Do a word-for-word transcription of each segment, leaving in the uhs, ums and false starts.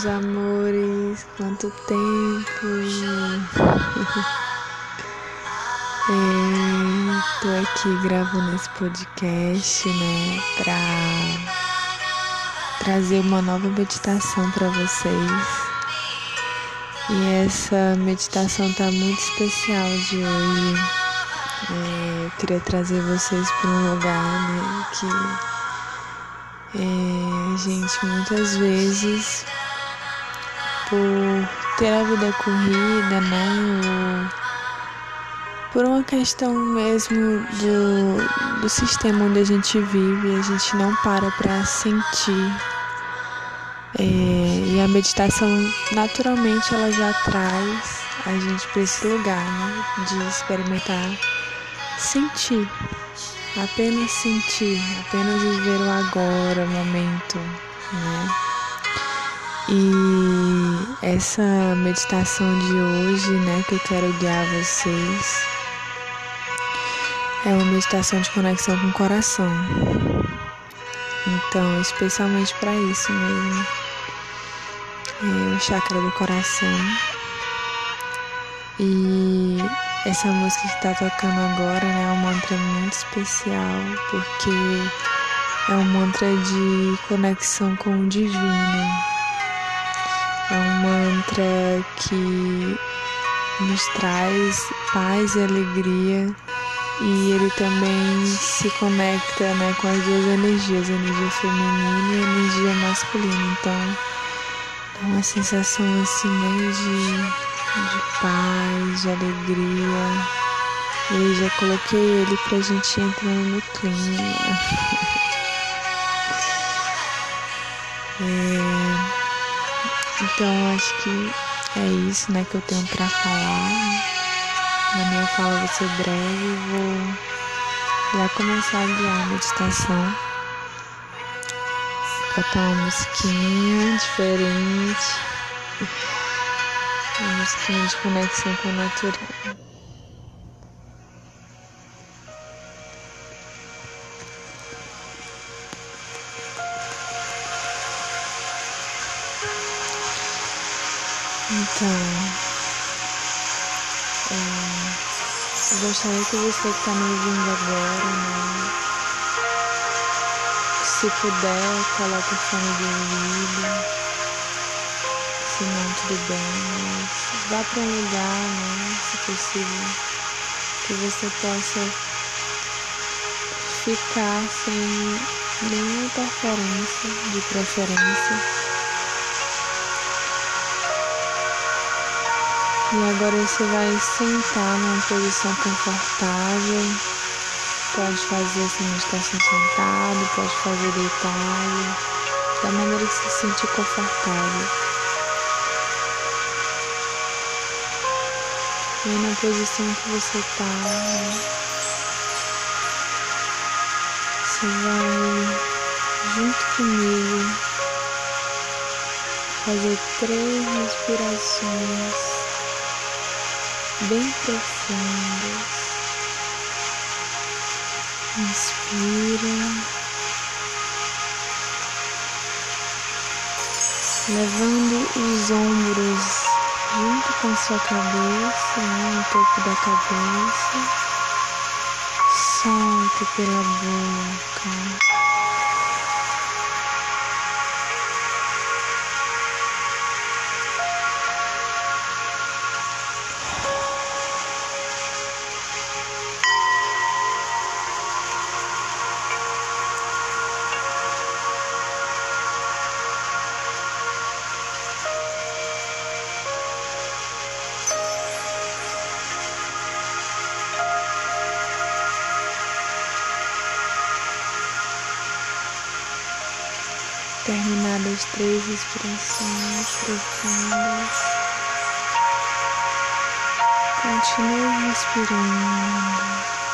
meus amores, quanto tempo! é, tô aqui gravando esse podcast, né, pra trazer uma nova meditação pra vocês. E essa meditação tá muito especial de hoje. É, eu queria trazer vocês para um lugar, né, que É, gente, muitas vezes, por ter a vida corrida, né, ou por uma questão mesmo do, do sistema onde a gente vive, a gente não para para sentir. É, e a meditação, naturalmente, ela já traz a gente para esse lugar, né, de experimentar, sentir. Apenas sentir, apenas viver o agora, o momento, né? E essa meditação de hoje, né, que eu quero guiar vocês, é uma meditação de conexão com o coração. Então, especialmente para isso mesmo, é o chakra do coração. E essa música que tá tocando agora, né, é um mantra muito especial, porque é um mantra de conexão com o divino. É um mantra que nos traz paz e alegria, e ele também se conecta, né, com as duas energias, a energia feminina e a energia masculina. Então, é uma sensação assim, né, de de paz, de alegria. E aí já coloquei ele pra gente entrar no clima. é, então acho que é isso, né, que eu tenho pra falar. Na minha fala vai ser breve. Vou já começar a guiar a meditação. Botar uma musiquinha diferente. Uma musiquinha de conexão com a natureza. Então, é, eu gostaria que você que está me ouvindo agora, né, se puder, coloque o fone de ouvido. Se não, tudo bem, mas vá para um lugar, né, se possível, que você possa ficar sem nenhuma interferência, de preferência. E agora você vai sentar numa posição confortável. Pode fazer essa meditação sentado, pode fazer deitado, da maneira que se sentir confortável. E na posição que você está, né, você vai, junto comigo, fazer três respirações bem profundas. Inspira, levando os ombros junto com a sua cabeça, né, no topo da cabeça. Solte pela boca. Terminadas as três respirações profundas, continue respirando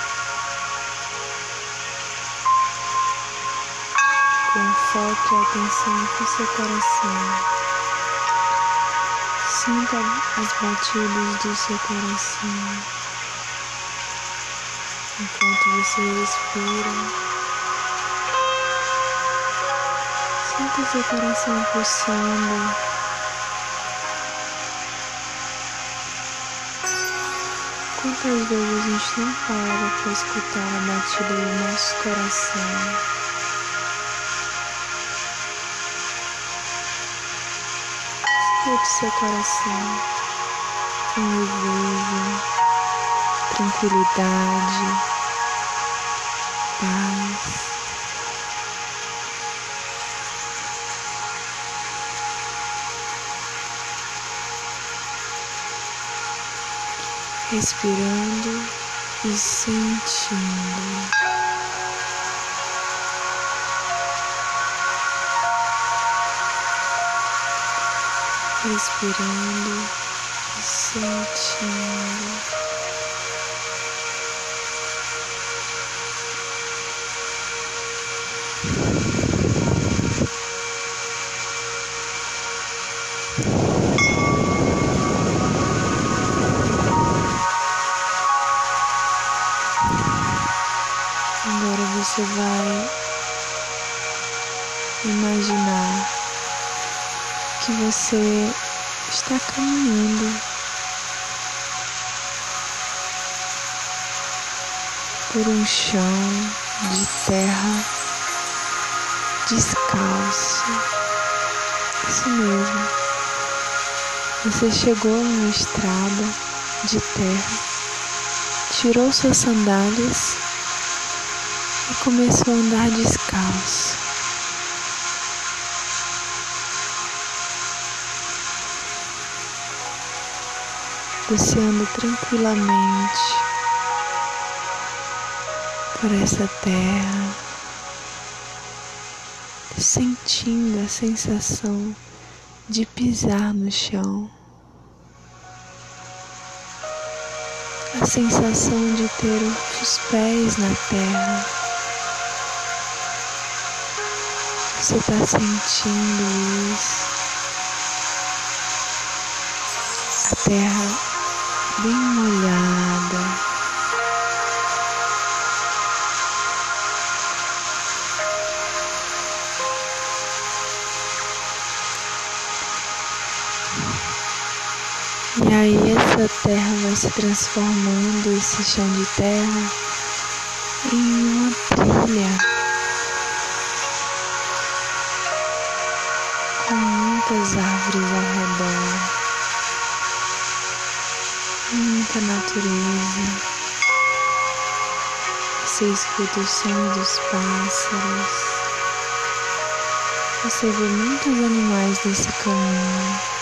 com foco e atenção para o seu coração. Sinta as batidas do seu coração enquanto você respira. Sinta seu coração pulsando Quantas vezes a gente não para para escutar a batida do nosso coração? Escute seu coração com leveza, tranquilidade, paz. Respirando e sentindo. Respirando e sentindo. Agora você vai imaginar que você está caminhando por um chão de terra descalço. Isso mesmo. Você chegou numa estrada de terra, tirou suas sandálias e começou a andar descalço. Você anda tranquilamente por essa terra, sentindo a sensação de pisar no chão, a sensação de ter os pés na terra. Você está sentindo isso, a terra bem molhada. E aí essa terra vai se transformando, esse chão de terra, em uma trilha com muitas árvores ao redor, muita natureza. Você escuta o som dos pássaros, você vê muitos animais nesse caminho.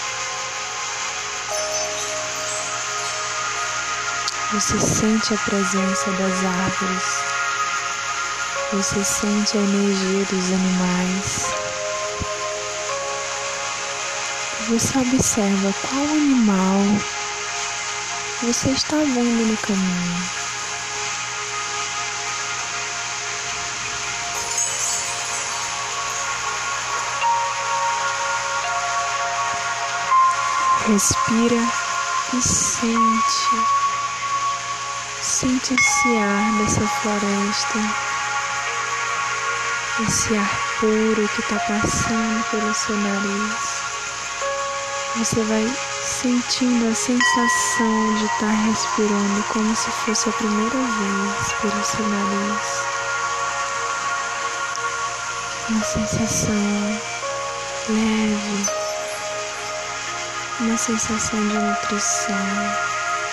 Você sente a presença das árvores, você sente a energia dos animais. Você observa qual animal você está vendo no caminho. Respira e sente. Sente esse ar dessa floresta, esse ar puro que está passando pelo seu nariz. Você vai sentindo a sensação de estar respirando como se fosse a primeira vez pelo seu nariz. Uma sensação leve, uma sensação de nutrição.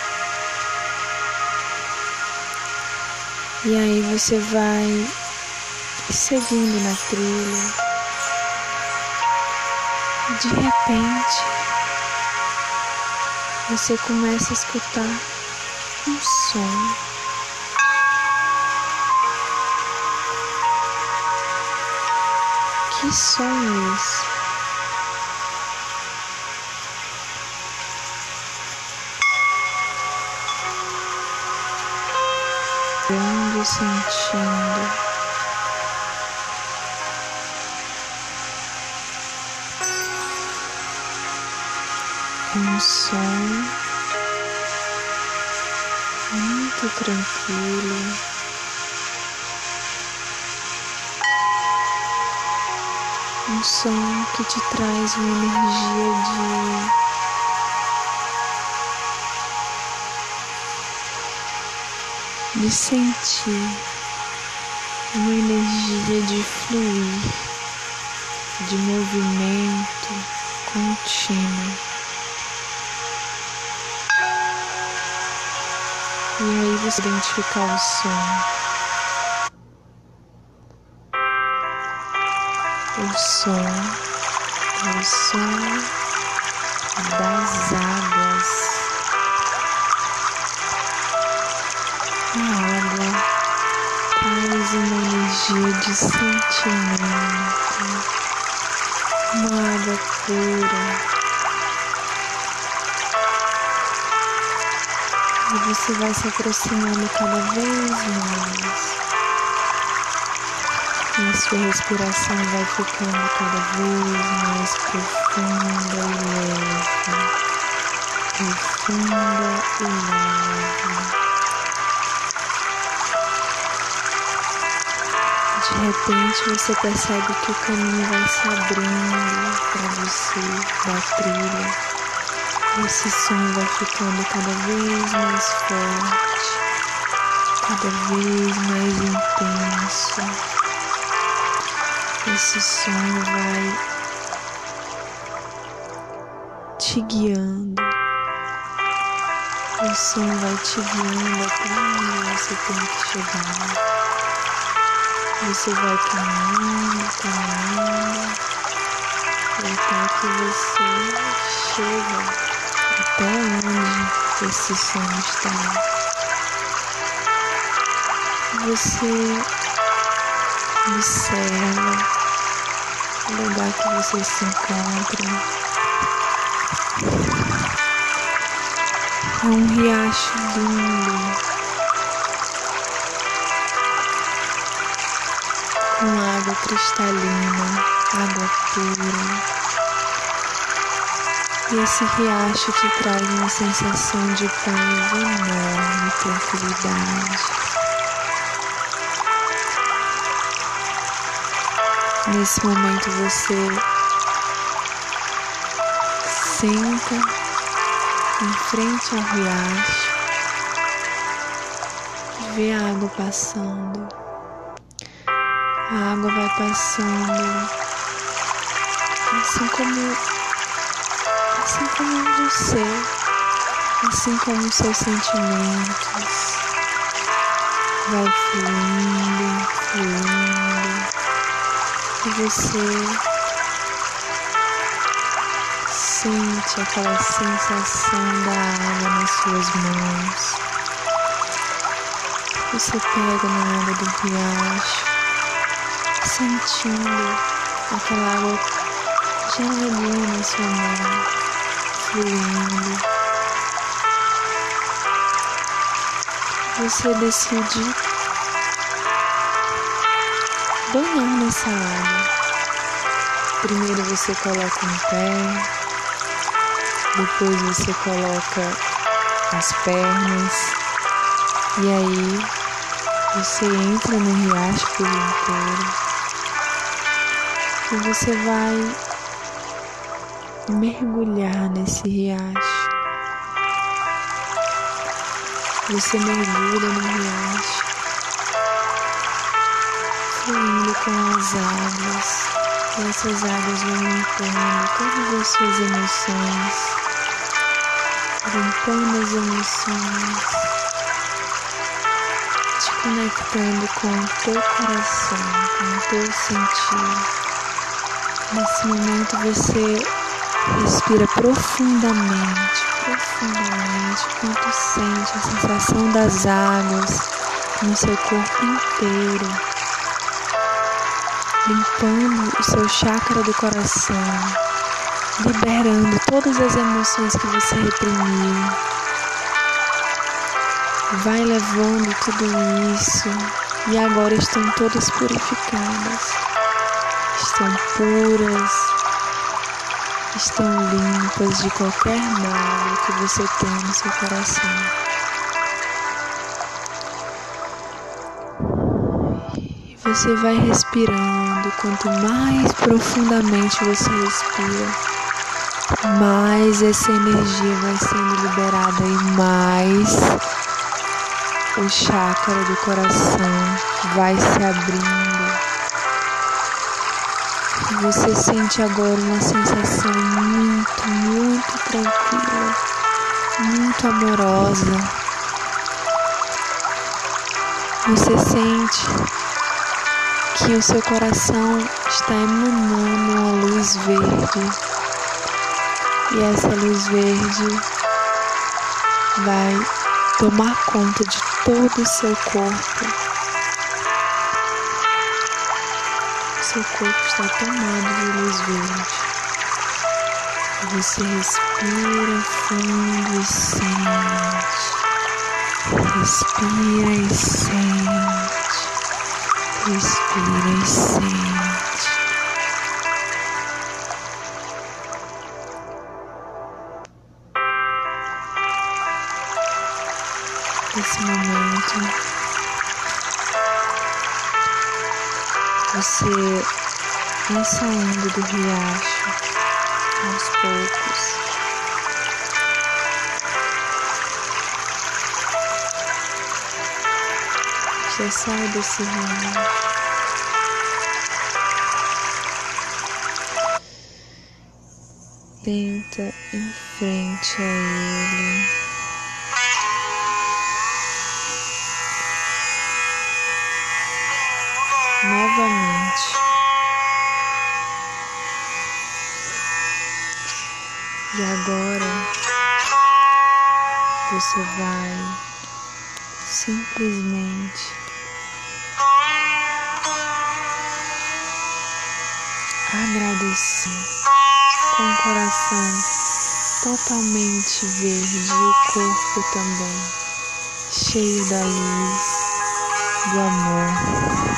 E aí você vai seguindo na trilha. De repente, você começa a escutar um som. Que som é esse? Vendo, sentindo. Um som muito tranquilo. Um som que te traz uma energia de sentir uma energia de fluir, de movimento contínuo. E aí você identificar o som. O som é o som das águas. A água traz uma energia de sentimento, uma água pura. E você vai se aproximando cada vez mais. E a sua respiração vai ficando cada vez mais profunda e leve. Profunda e leve. De repente você percebe que o caminho vai se abrindo para você da trilha. Esse som vai ficando cada vez mais forte, cada vez mais intenso. Esse som vai te guiando. O som vai te guiando até onde você tem que chegar. Você vai caminhando, caminhando, até que você chega até onde esse som está. Você observa o lugar que você se encontra. É um riacho lindo, com água cristalina, água pura. E esse riacho te traz uma sensação de paz enorme, tranquilidade. Nesse momento você senta em frente ao riacho e vê a água passando. A água vai passando assim como Assim como você, assim como os seus sentimentos, vai fluindo, fluindo, e você sente aquela sensação da água nas suas mãos. Você pega na água do riacho, sentindo aquela água geladinha na sua mão, fluindo. Você decide banhar nessa água. Primeiro você coloca um pé, depois você coloca as pernas, e aí você entra no riacho por inteiro e você vai mergulhar nesse riacho. Você mergulha no riacho, fluindo com as águas, e essas águas vão limpando todas as suas emoções, limpando as emoções, te conectando com o teu coração, com o teu sentir. Nesse momento você respira profundamente, profundamente, enquanto sente a sensação das águas no seu corpo inteiro, limpando o seu chakra do coração, liberando todas as emoções que você reprimiu. Vai levando tudo isso e agora estão todas purificadas, estão puras, estão limpas de qualquer mal que você tem no seu coração. E você vai respirando, quanto mais profundamente você respira, mais essa energia vai sendo liberada e mais o chakra do coração vai se abrindo. E você sente agora uma sensação muito, muito tranquila, muito amorosa. Você sente que o seu coração está emanando uma luz verde. E essa luz verde vai tomar conta de todo o seu corpo. Seu corpo está tomado de luz verde. Você respira fundo e sente. Respira e sente. Respira e sente. Nesse momento, você vai saindo do riacho aos poucos. Você sai desse riacho. Tenta em frente a ele. Novamente. E agora você vai simplesmente agradecer com o coração totalmente verde e o corpo também cheio da luz do amor.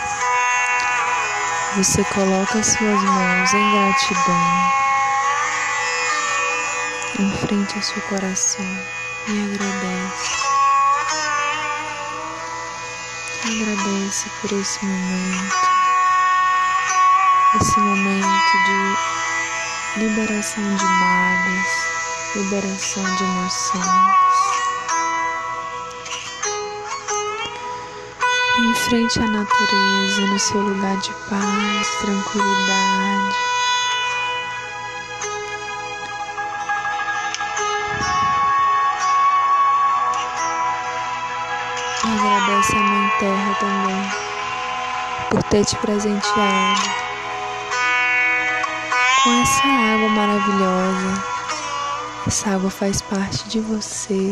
Você coloca suas mãos em gratidão em frente ao seu coração e agradece. Agradece por esse momento, esse momento de liberação de mágoas, liberação de emoções. Em frente à natureza, no seu lugar de paz, tranquilidade. Agradece a Mãe Terra também por ter te presenteado com essa água maravilhosa. Essa água faz parte de você.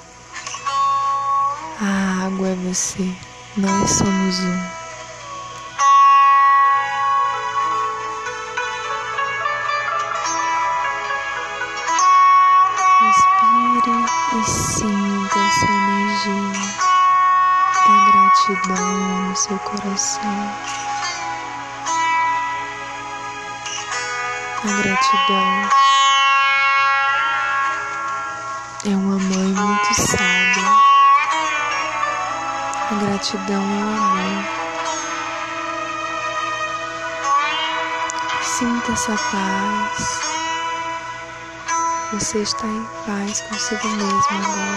A água é você. Nós somos um. Respire e sinta essa energia da gratidão no seu coração. A gratidão é uma mãe muito sábia. A gratidão é o amor. Sinta essa paz. Você está em paz consigo mesmo agora.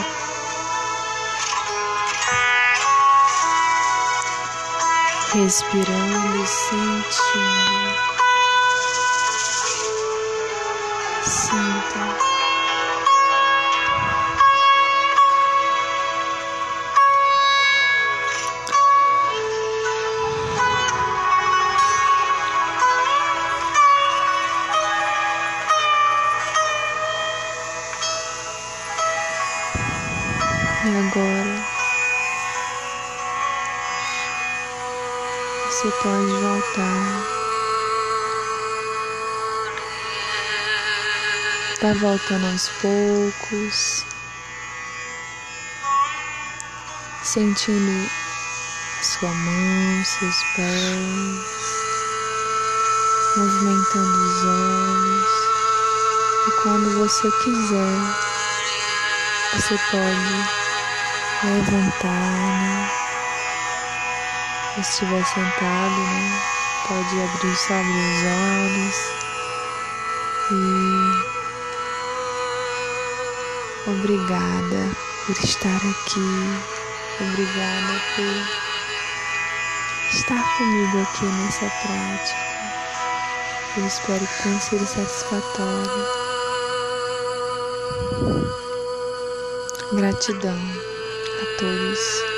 Respirando e sentindo. Sinta. E agora você pode voltar. Tá voltando aos poucos, sentindo sua mão, seus pés, movimentando os olhos. E quando você quiser, você pode levantar, né? Se estiver sentado, né? Pode abrir, só abrir os olhos. E obrigada por estar aqui. Obrigada por estar comigo aqui nessa prática. Eu espero que tenha sido satisfatório. Gratidão a todos.